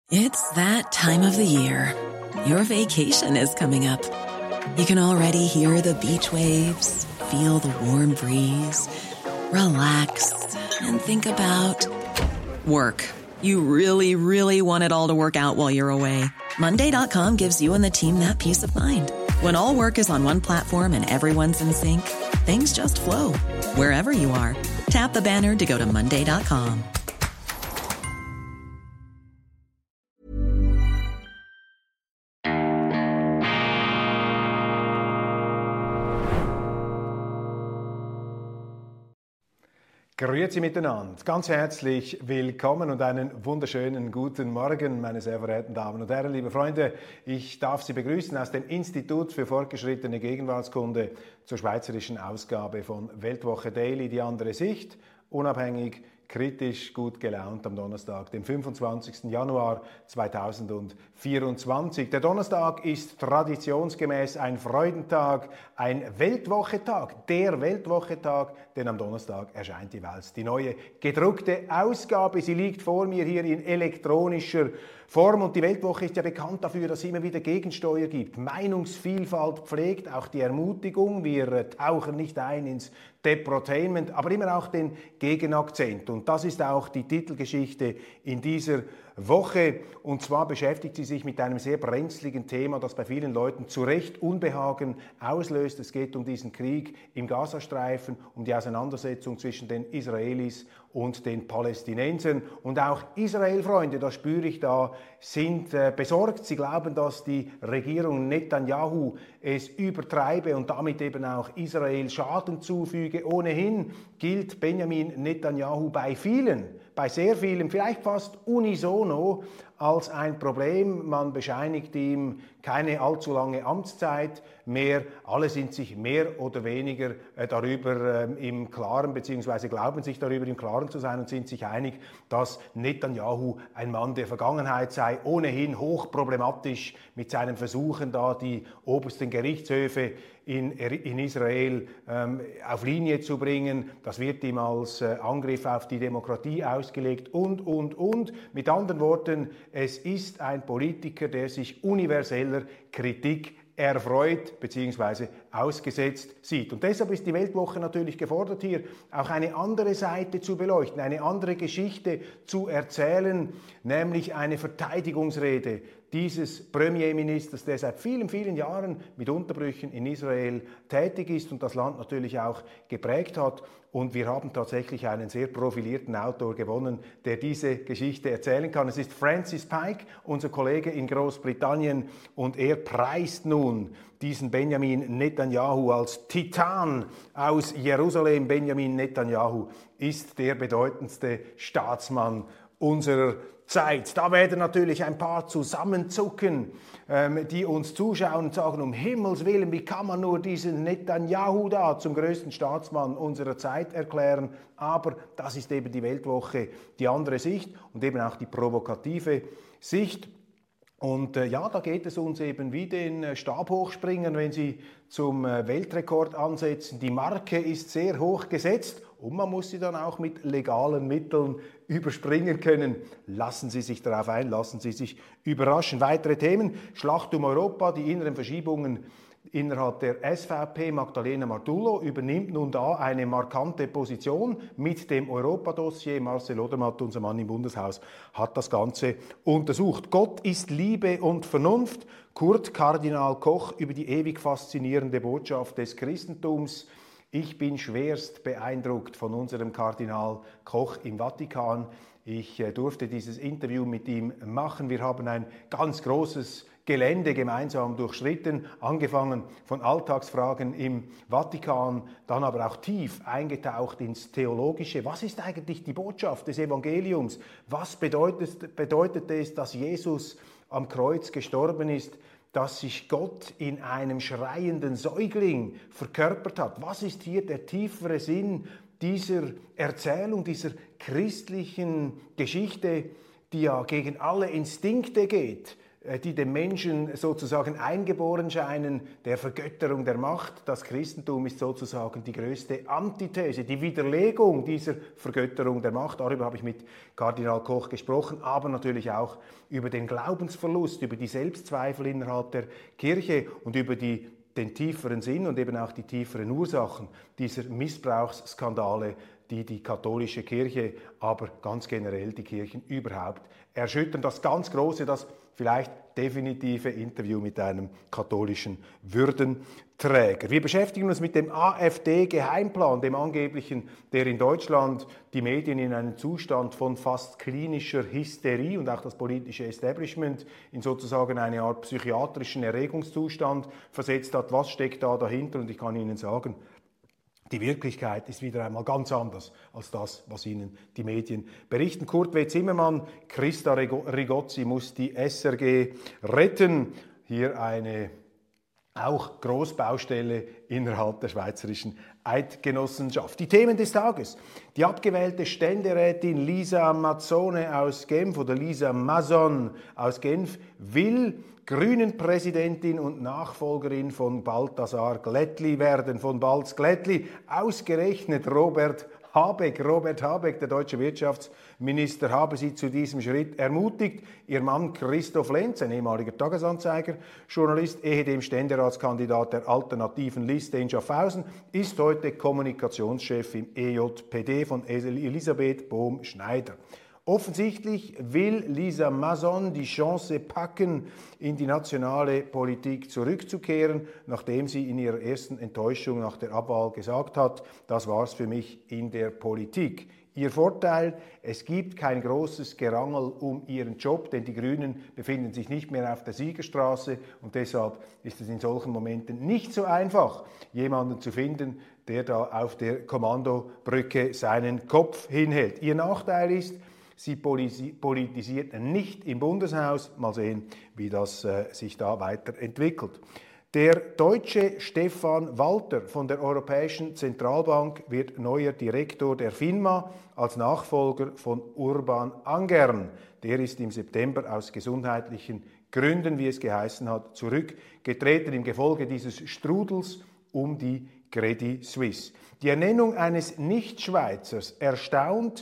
It's that time of the year. Your vacation is coming up. You can already hear the beach waves, feel the warm breeze, relax, and think about work. You really, really want it all to work out while you're away. Monday.com gives you and the team that peace of mind. When all work is on one platform and everyone's in sync, things just flow. Wherever you are, tap the banner to go to Monday.com. Grüezi miteinander, ganz herzlich willkommen und einen wunderschönen guten Morgen, meine sehr verehrten Damen und Herren, liebe Freunde. Ich darf Sie begrüßen aus dem Institut für fortgeschrittene Gegenwartskunde zur schweizerischen Ausgabe von Weltwoche Daily, die andere Sicht, unabhängig, kritisch, gut gelaunt am Donnerstag, dem 25. Januar 2024. Der Donnerstag ist traditionsgemäß ein Freudentag, ein Weltwochetag, der Weltwochetag, denn am Donnerstag erscheint jeweils die neue gedruckte Ausgabe. Sie liegt vor mir hier in elektronischer Form und die Weltwoche ist ja bekannt dafür, dass es immer wieder Gegensteuer gibt. Meinungsvielfalt pflegt, auch die Ermutigung. Wir tauchen nicht ein ins Deprotainment, aber immer auch den Gegenakzent. Und das ist auch die Titelgeschichte in dieser Woche. Und zwar beschäftigt sie sich mit einem sehr brenzligen Thema, das bei vielen Leuten zu Recht Unbehagen auslöst. Es geht um diesen Krieg im Gazastreifen, um die Auseinandersetzung zwischen den Israelis und den Palästinensern. Und auch Israel-Freunde, das spüre ich da, sind besorgt. Sie glauben, dass die Regierung Netanyahu es übertreibe und damit eben auch Israel Schaden zufüge. Ohnehin gilt Benjamin Netanyahu bei sehr vielen, vielleicht fast unisono, als ein Problem. Man bescheinigt ihm keine allzu lange Amtszeit mehr. Alle sind sich mehr oder weniger darüber im Klaren, beziehungsweise glauben sich darüber im Klaren zu sein und sind sich einig, dass Netanyahu ein Mann der Vergangenheit sei, ohnehin hochproblematisch mit seinen Versuchen, da die obersten Gerichtshöfe in Israel auf Linie zu bringen. Das wird ihm als Angriff auf die Demokratie ausgelegt und. Mit anderen Worten, es ist ein Politiker, der sich universeller Kritik erfreut bzw. ausgesetzt sieht. Und deshalb ist die Weltwoche natürlich gefordert, hier auch eine andere Seite zu beleuchten, eine andere Geschichte zu erzählen, nämlich eine Verteidigungsrede dieses Premierministers, der seit vielen, vielen Jahren mit Unterbrüchen in Israel tätig ist und das Land natürlich auch geprägt hat. Und wir haben tatsächlich einen sehr profilierten Autor gewonnen, der diese Geschichte erzählen kann. Es ist Francis Pike, unser Kollege in Großbritannien, und er preist nun diesen Benjamin Netanyahu als Titan aus Jerusalem. Benjamin Netanyahu ist der bedeutendste Staatsmann unserer Zeit. Da werden natürlich ein paar zusammenzucken, die uns zuschauen und sagen, um Himmels Willen, wie kann man nur diesen Netanyahu da zum größten Staatsmann unserer Zeit erklären? Aber das ist eben die Weltwoche, die andere Sicht und eben auch die provokative Sicht. Und ja, da geht es uns eben wie den Stabhochspringern, wenn sie zum Weltrekord ansetzen. Die Marke ist sehr hoch gesetzt und man muss sie dann auch mit legalen Mitteln überspringen können. Lassen Sie sich darauf ein, lassen Sie sich überraschen. Weitere Themen: Schlacht um Europa, die inneren Verschiebungen innerhalb der SVP. Magdalena Martullo übernimmt nun da eine markante Position mit dem Europadossier. Marcel Odermatt, unser Mann im Bundeshaus, hat das Ganze untersucht. Gott ist Liebe und Vernunft. Kurt Kardinal Koch über die ewig faszinierende Botschaft des Christentums. Ich bin schwerst beeindruckt von unserem Kardinal Koch im Vatikan. Ich durfte dieses Interview mit ihm machen. Wir haben ein ganz großes Gelände gemeinsam durchschritten, angefangen von Alltagsfragen im Vatikan, dann aber auch tief eingetaucht ins Theologische. Was ist eigentlich die Botschaft des Evangeliums? Was bedeutet es, dass Jesus am Kreuz gestorben ist, dass sich Gott in einem schreienden Säugling verkörpert hat? Was ist hier der tiefere Sinn dieser Erzählung, dieser christlichen Geschichte, die ja gegen alle Instinkte geht, die dem Menschen sozusagen eingeboren scheinen, der Vergötterung der Macht. Das Christentum ist sozusagen die größte Antithese, die Widerlegung dieser Vergötterung der Macht. Darüber habe ich mit Kardinal Koch gesprochen, aber natürlich auch über den Glaubensverlust, über die Selbstzweifel innerhalb der Kirche und über den tieferen Sinn und eben auch die tieferen Ursachen dieser Missbrauchsskandale, die die katholische Kirche, aber ganz generell die Kirchen überhaupt erschüttern. Das ganz große, das vielleicht definitive Interview mit einem katholischen Würdenträger. Wir beschäftigen uns mit dem AfD-Geheimplan, dem angeblichen, der in Deutschland die Medien in einen Zustand von fast klinischer Hysterie und auch das politische Establishment in sozusagen eine Art psychiatrischen Erregungszustand versetzt hat. Was steckt da dahinter? Und ich kann Ihnen sagen, die Wirklichkeit ist wieder einmal ganz anders als das, was Ihnen die Medien berichten. Kurt W. Zimmermann, Christa Rigozzi muss die SRG retten. Hier eine auch Großbaustelle innerhalb der Schweizerischen Eidgenossenschaft. Die Themen des Tages. Die abgewählte Ständerätin Lisa Mazzone aus Genf oder Lisa Mazon aus Genf will Grünen-Präsidentin und Nachfolgerin von Balthasar Glättli werden, von Balz Glättli. Ausgerechnet Robert Habeck, der deutsche Wirtschaftsminister, habe sie zu diesem Schritt ermutigt. Ihr Mann Christoph Lenz, ein ehemaliger Tagesanzeiger-Journalist, ehedem Ständeratskandidat der alternativen Liste in Schaffhausen, ist heute Kommunikationschef im EJPD von Elisabeth Bohm-Schneider. Offensichtlich will Lisa Mazon die Chance packen, in die nationale Politik zurückzukehren, nachdem sie in ihrer ersten Enttäuschung nach der Abwahl gesagt hat, das war's für mich in der Politik. Ihr Vorteil, es gibt kein großes Gerangel um ihren Job, denn die Grünen befinden sich nicht mehr auf der Siegerstraße und deshalb ist es in solchen Momenten nicht so einfach, jemanden zu finden, der da auf der Kommandobrücke seinen Kopf hinhält. Ihr Nachteil ist, sie politisiert nicht im Bundeshaus. Mal sehen, wie das sich da weiterentwickelt. Der Deutsche Stefan Walter von der Europäischen Zentralbank wird neuer Direktor der FINMA als Nachfolger von Urban Angern. Der ist im September aus gesundheitlichen Gründen, wie es geheißen hat, zurückgetreten im Gefolge dieses Strudels um die Credit Suisse. Die Ernennung eines Nichtschweizers erstaunt,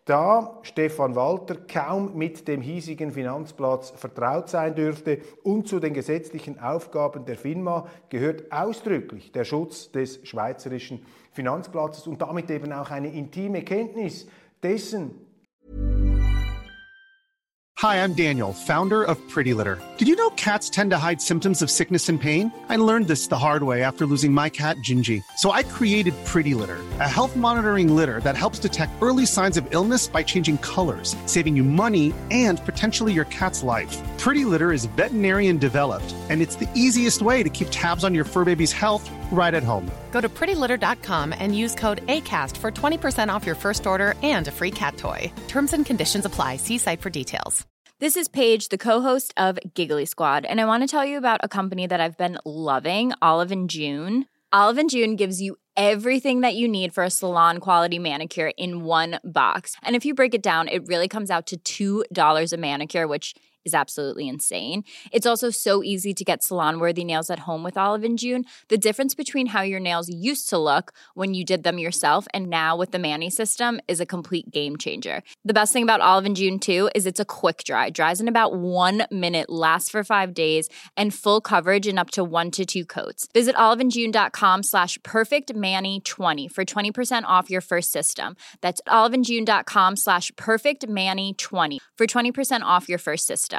da Stefan Walter kaum mit dem hiesigen Finanzplatz vertraut sein dürfte und zu den gesetzlichen Aufgaben der FINMA gehört ausdrücklich der Schutz des schweizerischen Finanzplatzes und damit eben auch eine intime Kenntnis dessen. Hi, I'm Daniel, founder of Pretty Litter. Did you know cats tend to hide symptoms of sickness and pain? I learned this the hard way after losing my cat, Gingy. So I created Pretty Litter, a health monitoring litter that helps detect early signs of illness by changing colors, saving you money and potentially your cat's life. Pretty Litter is veterinarian developed, and it's the easiest way to keep tabs on your fur baby's health right at home. Go to prettylitter.com and use code ACAST for 20% off your first order and a free cat toy. Terms and conditions apply. See site for details. This is Paige, the co-host of Giggly Squad, and I want to tell you about a company that I've been loving, Olive & June. Olive & June gives you everything that you need for a salon-quality manicure in one box. And if you break it down, it really comes out to $2 a manicure, which is absolutely insane. It's also so easy to get salon-worthy nails at home with Olive & June. The difference between how your nails used to look when you did them yourself and now with the Mani system is a complete game changer. The best thing about Olive & June, too, is it's a quick dry. Dries in about 1 minute, lasts for 5 days, and full coverage in up to 1 to 2 coats. Visit oliveandjune.com/perfectmani20 for 20% off your first system. That's oliveandjune.com/perfectmani20 for 20% off your first system.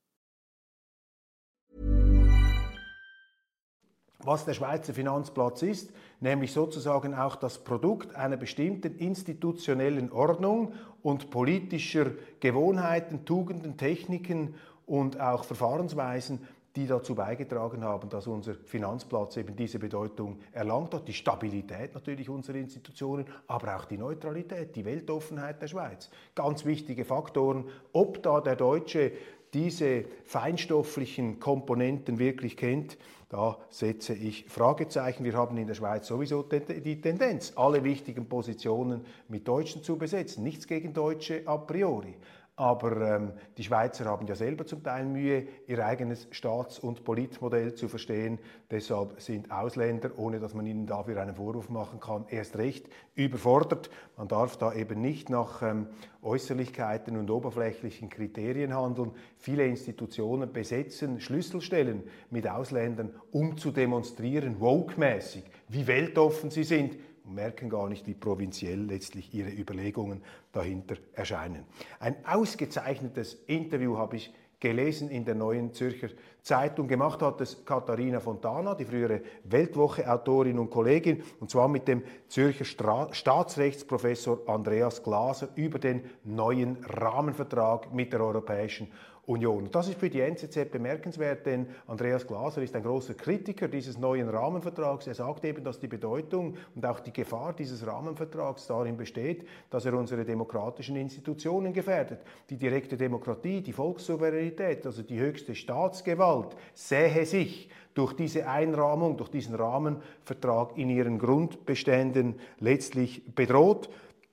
Was der Schweizer Finanzplatz ist, nämlich sozusagen auch das Produkt einer bestimmten institutionellen Ordnung und politischer Gewohnheiten, Tugenden, Techniken und auch Verfahrensweisen, die dazu beigetragen haben, dass unser Finanzplatz eben diese Bedeutung erlangt hat. Die Stabilität natürlich unserer Institutionen, aber auch die Neutralität, die Weltoffenheit der Schweiz. Ganz wichtige Faktoren, ob da der Deutsche diese feinstofflichen Komponenten wirklich kennt, da setze ich Fragezeichen. Wir haben in der Schweiz sowieso die Tendenz, alle wichtigen Positionen mit Deutschen zu besetzen. Nichts gegen Deutsche a priori. Aber die Schweizer haben ja selber zum Teil Mühe, ihr eigenes Staats- und Politmodell zu verstehen. Deshalb sind Ausländer, ohne dass man ihnen dafür einen Vorwurf machen kann, erst recht überfordert. Man darf da eben nicht nach Äußerlichkeiten und oberflächlichen Kriterien handeln. Viele Institutionen besetzen Schlüsselstellen mit Ausländern, um zu demonstrieren, woke-mäßig, wie weltoffen sie sind, und merken gar nicht, wie provinziell letztlich ihre Überlegungen dahinter erscheinen. Ein ausgezeichnetes Interview habe ich gelesen in der Neuen Zürcher Zeitung. Gemacht hat es Katharina Fontana, die frühere Weltwoche-Autorin und Kollegin, und zwar mit dem Zürcher Staatsrechtsprofessor Andreas Glaser über den neuen Rahmenvertrag mit der Europäischen Union. Und das ist für die NZZ bemerkenswert, denn Andreas Glaser ist ein großer Kritiker dieses neuen Rahmenvertrags. Er sagt eben, dass die Bedeutung und auch die Gefahr dieses Rahmenvertrags darin besteht, dass er unsere demokratischen Institutionen gefährdet. Die direkte Demokratie, die Volkssouveränität, also die höchste Staatsgewalt, sähe sich durch diese Einrahmung, durch diesen Rahmenvertrag in ihren Grundbeständen letztlich bedroht.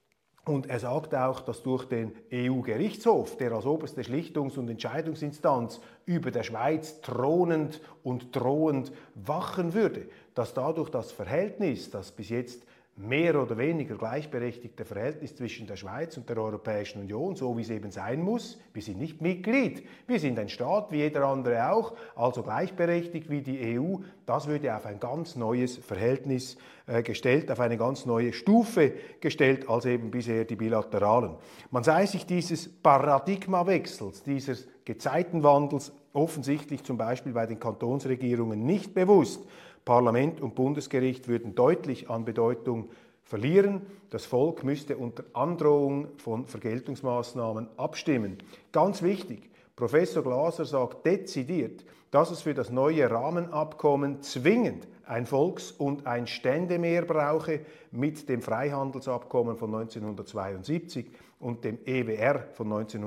Und er sagt auch, dass durch den EU-Gerichtshof, der als oberste Schlichtungs- und Entscheidungsinstanz über der Schweiz thronend und drohend wachen würde, dass dadurch das Verhältnis, das bis jetzt mehr oder weniger gleichberechtigte Verhältnis zwischen der Schweiz und der Europäischen Union, so wie es eben sein muss. Wir sind nicht Mitglied, wir sind ein Staat wie jeder andere auch, also gleichberechtigt wie die EU. Das würde auf ein ganz neues Verhältnis gestellt, auf eine ganz neue Stufe gestellt als eben bisher die bilateralen. Man sei sich dieses Paradigmawechsels, dieses Gezeitenwandels offensichtlich zum Beispiel bei den Kantonsregierungen nicht bewusst. Parlament und Bundesgericht würden deutlich an Bedeutung verlieren. Das Volk müsste unter Androhung von Vergeltungsmaßnahmen abstimmen. Ganz wichtig, Professor Glaser sagt dezidiert, dass es für das neue Rahmenabkommen zwingend ein Volks- und ein Ständemehr brauche. Mit dem Freihandelsabkommen von 1972 und dem EWR von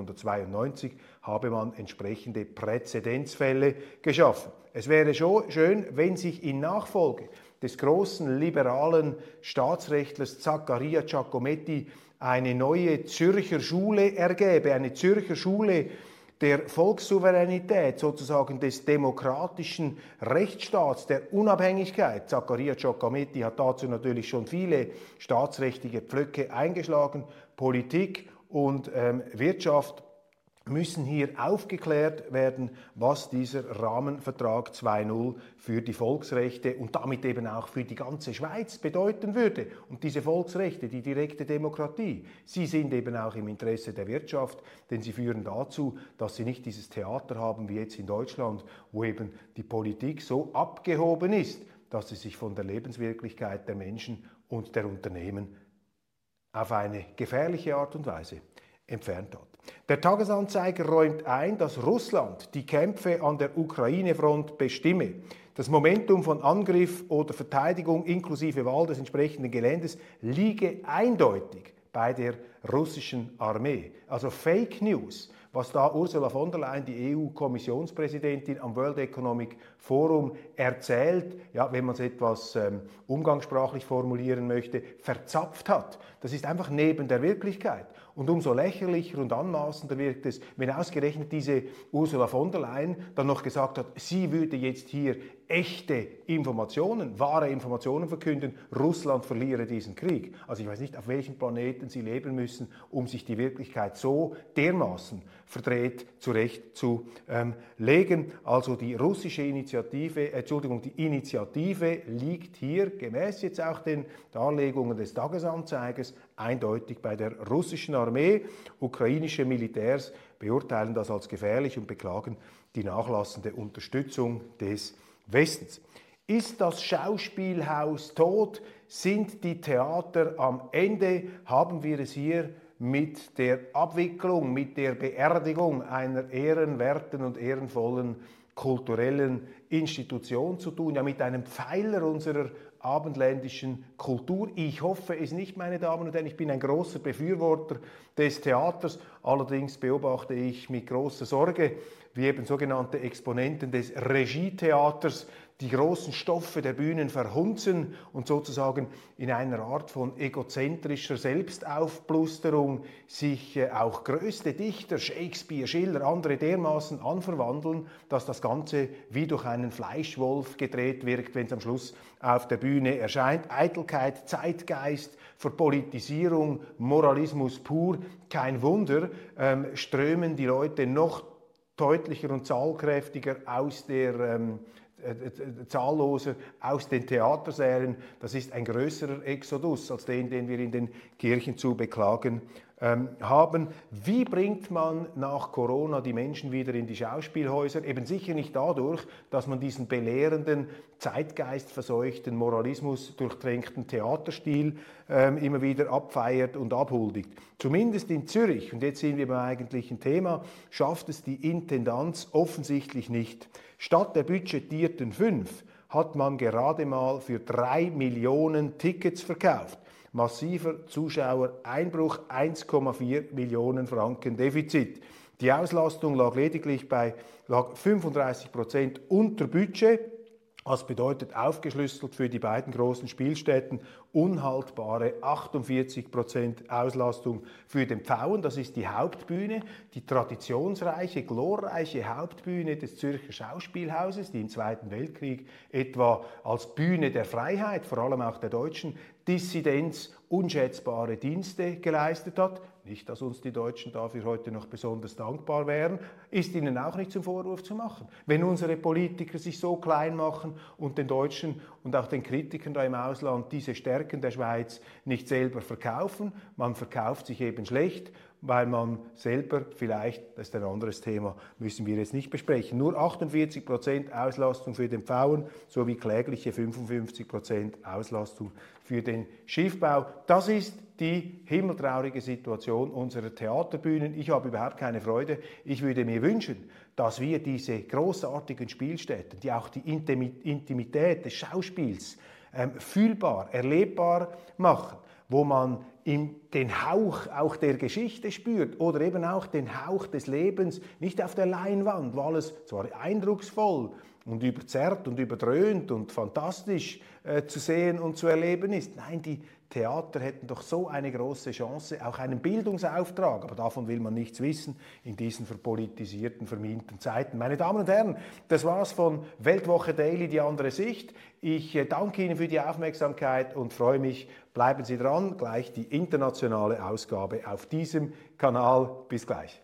1992 habe man entsprechende Präzedenzfälle geschaffen. Es wäre schon schön, wenn sich in Nachfolge des großen liberalen Staatsrechtlers Zaccaria Giacometti eine neue Zürcher Schule ergäbe, eine Zürcher Schule der Volkssouveränität, sozusagen des demokratischen Rechtsstaats, der Unabhängigkeit. Zaccaria Giacometti hat dazu natürlich schon viele staatsrechtliche Pflöcke eingeschlagen. Politik und Wirtschaft müssen hier aufgeklärt werden, was dieser Rahmenvertrag 2.0 für die Volksrechte und damit eben auch für die ganze Schweiz bedeuten würde. Und diese Volksrechte, die direkte Demokratie, sie sind eben auch im Interesse der Wirtschaft, denn sie führen dazu, dass sie nicht dieses Theater haben wie jetzt in Deutschland, wo eben die Politik so abgehoben ist, dass sie sich von der Lebenswirklichkeit der Menschen und der Unternehmen auf eine gefährliche Art und Weise entfernt hat. Der Tagesanzeiger räumt ein, dass Russland die Kämpfe an der Ukraine-Front bestimme. Das Momentum von Angriff oder Verteidigung inklusive Wahl des entsprechenden Geländes liege eindeutig bei der russischen Armee. Also Fake News, was da Ursula von der Leyen, die EU-Kommissionspräsidentin, am World Economic Forum erzählt, ja, wenn man es etwas umgangssprachlich formulieren möchte, verzapft hat. Das ist einfach neben der Wirklichkeit. Und umso lächerlicher und anmaßender wirkt es, wenn ausgerechnet diese Ursula von der Leyen dann noch gesagt hat, sie würde jetzt hier echte Informationen, wahre Informationen verkünden, Russland verliere diesen Krieg. Also ich weiß nicht, auf welchem Planeten sie leben müssen, um sich die Wirklichkeit so dermaßen verdreht zurechtzulegen. Also die russische Initiative, die Initiative liegt hier gemäß jetzt auch den Darlegungen des Tagesanzeigers eindeutig bei der russischen Armee. Ukrainische Militärs beurteilen das als gefährlich und beklagen die nachlassende Unterstützung des Westens. Ist das Schauspielhaus tot? Sind die Theater am Ende? Haben wir es hier mit der Abwicklung, mit der Beerdigung einer ehrenwerten und ehrenvollen kulturellen Institution zu tun, ja mit einem Pfeiler unserer abendländischen Kultur. Ich hoffe es nicht, meine Damen und Herren. Ich bin ein großer Befürworter des Theaters. Allerdings beobachte ich mit großer Sorge, wie eben sogenannte Exponenten des Regietheaters die großen Stoffe der Bühnen verhunzen und sozusagen in einer Art von egozentrischer Selbstaufblusterung sich auch größte Dichter, Shakespeare, Schiller, andere dermaßen anverwandeln, dass das Ganze wie durch einen Fleischwolf gedreht wirkt, wenn es am Schluss auf der Bühne erscheint. Eitelkeit, Zeitgeist, Verpolitisierung, Moralismus pur. Kein Wunder, strömen die Leute noch deutlicher und zahlkräftiger zahlloser aus den Theatersälen. Das ist ein größerer Exodus als den wir in den Kirchen zu beklagen haben. Wie bringt man nach Corona die Menschen wieder in die Schauspielhäuser? Eben sicher nicht dadurch, dass man diesen belehrenden, zeitgeistverseuchten, Moralismus durchtränkten Theaterstil immer wieder abfeiert und abhuldigt. Zumindest in Zürich, und jetzt sind wir beim eigentlichen Thema, schafft es die Intendanz offensichtlich nicht. Statt der budgetierten 5 hat man gerade mal für 3 Millionen Tickets verkauft. Massiver Zuschauereinbruch, 1,4 Millionen Franken Defizit. Die Auslastung lag lediglich bei 35% unter Budget. Das bedeutet aufgeschlüsselt für die beiden großen Spielstätten unhaltbare 48% Auslastung für den Pfauen. Das ist die Hauptbühne, die traditionsreiche, glorreiche Hauptbühne des Zürcher Schauspielhauses, die im Zweiten Weltkrieg etwa als Bühne der Freiheit, vor allem auch der deutschen Dissidenz, unschätzbare Dienste geleistet hat. Nicht, dass uns die Deutschen dafür heute noch besonders dankbar wären, ist ihnen auch nicht zum Vorwurf zu machen. Wenn unsere Politiker sich so klein machen und den Deutschen und auch den Kritikern da im Ausland diese Stärken der Schweiz nicht selber verkaufen, man verkauft sich eben schlecht, weil man selber vielleicht, das ist ein anderes Thema, müssen wir jetzt nicht besprechen, nur 48% Auslastung für den Pfauen sowie klägliche 55% Auslastung für den Schiffbau. Das ist die himmeltraurige Situation unserer Theaterbühnen. Ich habe überhaupt keine Freude. Ich würde mir wünschen, dass wir diese großartigen Spielstätten, die auch die Intimität des Schauspiels fühlbar, erlebbar machen, wo man den Hauch auch der Geschichte spürt oder eben auch den Hauch des Lebens, nicht auf der Leinwand, wo alles zwar eindrucksvoll und überzerrt und überdröhnt und fantastisch zu sehen und zu erleben ist. Nein, die Theater hätten doch so eine große Chance, auch einen Bildungsauftrag, aber davon will man nichts wissen in diesen verpolitisierten, verminten Zeiten. Meine Damen und Herren, das war's von Weltwoche Daily, die andere Sicht. Ich danke Ihnen für die Aufmerksamkeit und freue mich, bleiben Sie dran, gleich die internationale Ausgabe auf diesem Kanal. Bis gleich.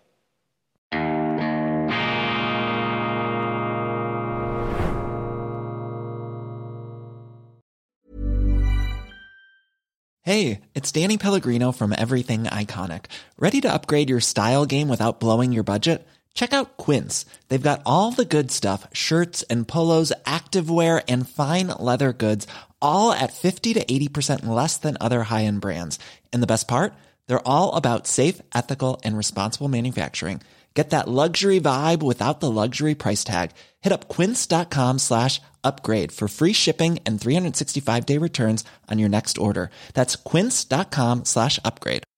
Hey, it's Danny Pellegrino from Everything Iconic. Ready to upgrade your style game without blowing your budget? Check out Quince. They've got all the good stuff, shirts and polos, activewear, and fine leather goods, all at 50 to 80% less than other high-end brands. And the best part? They're all about safe, ethical, and responsible manufacturing. Get that luxury vibe without the luxury price tag. Hit up quince.com/upgrade for free shipping and 365-day returns on your next order. That's quince.com/upgrade.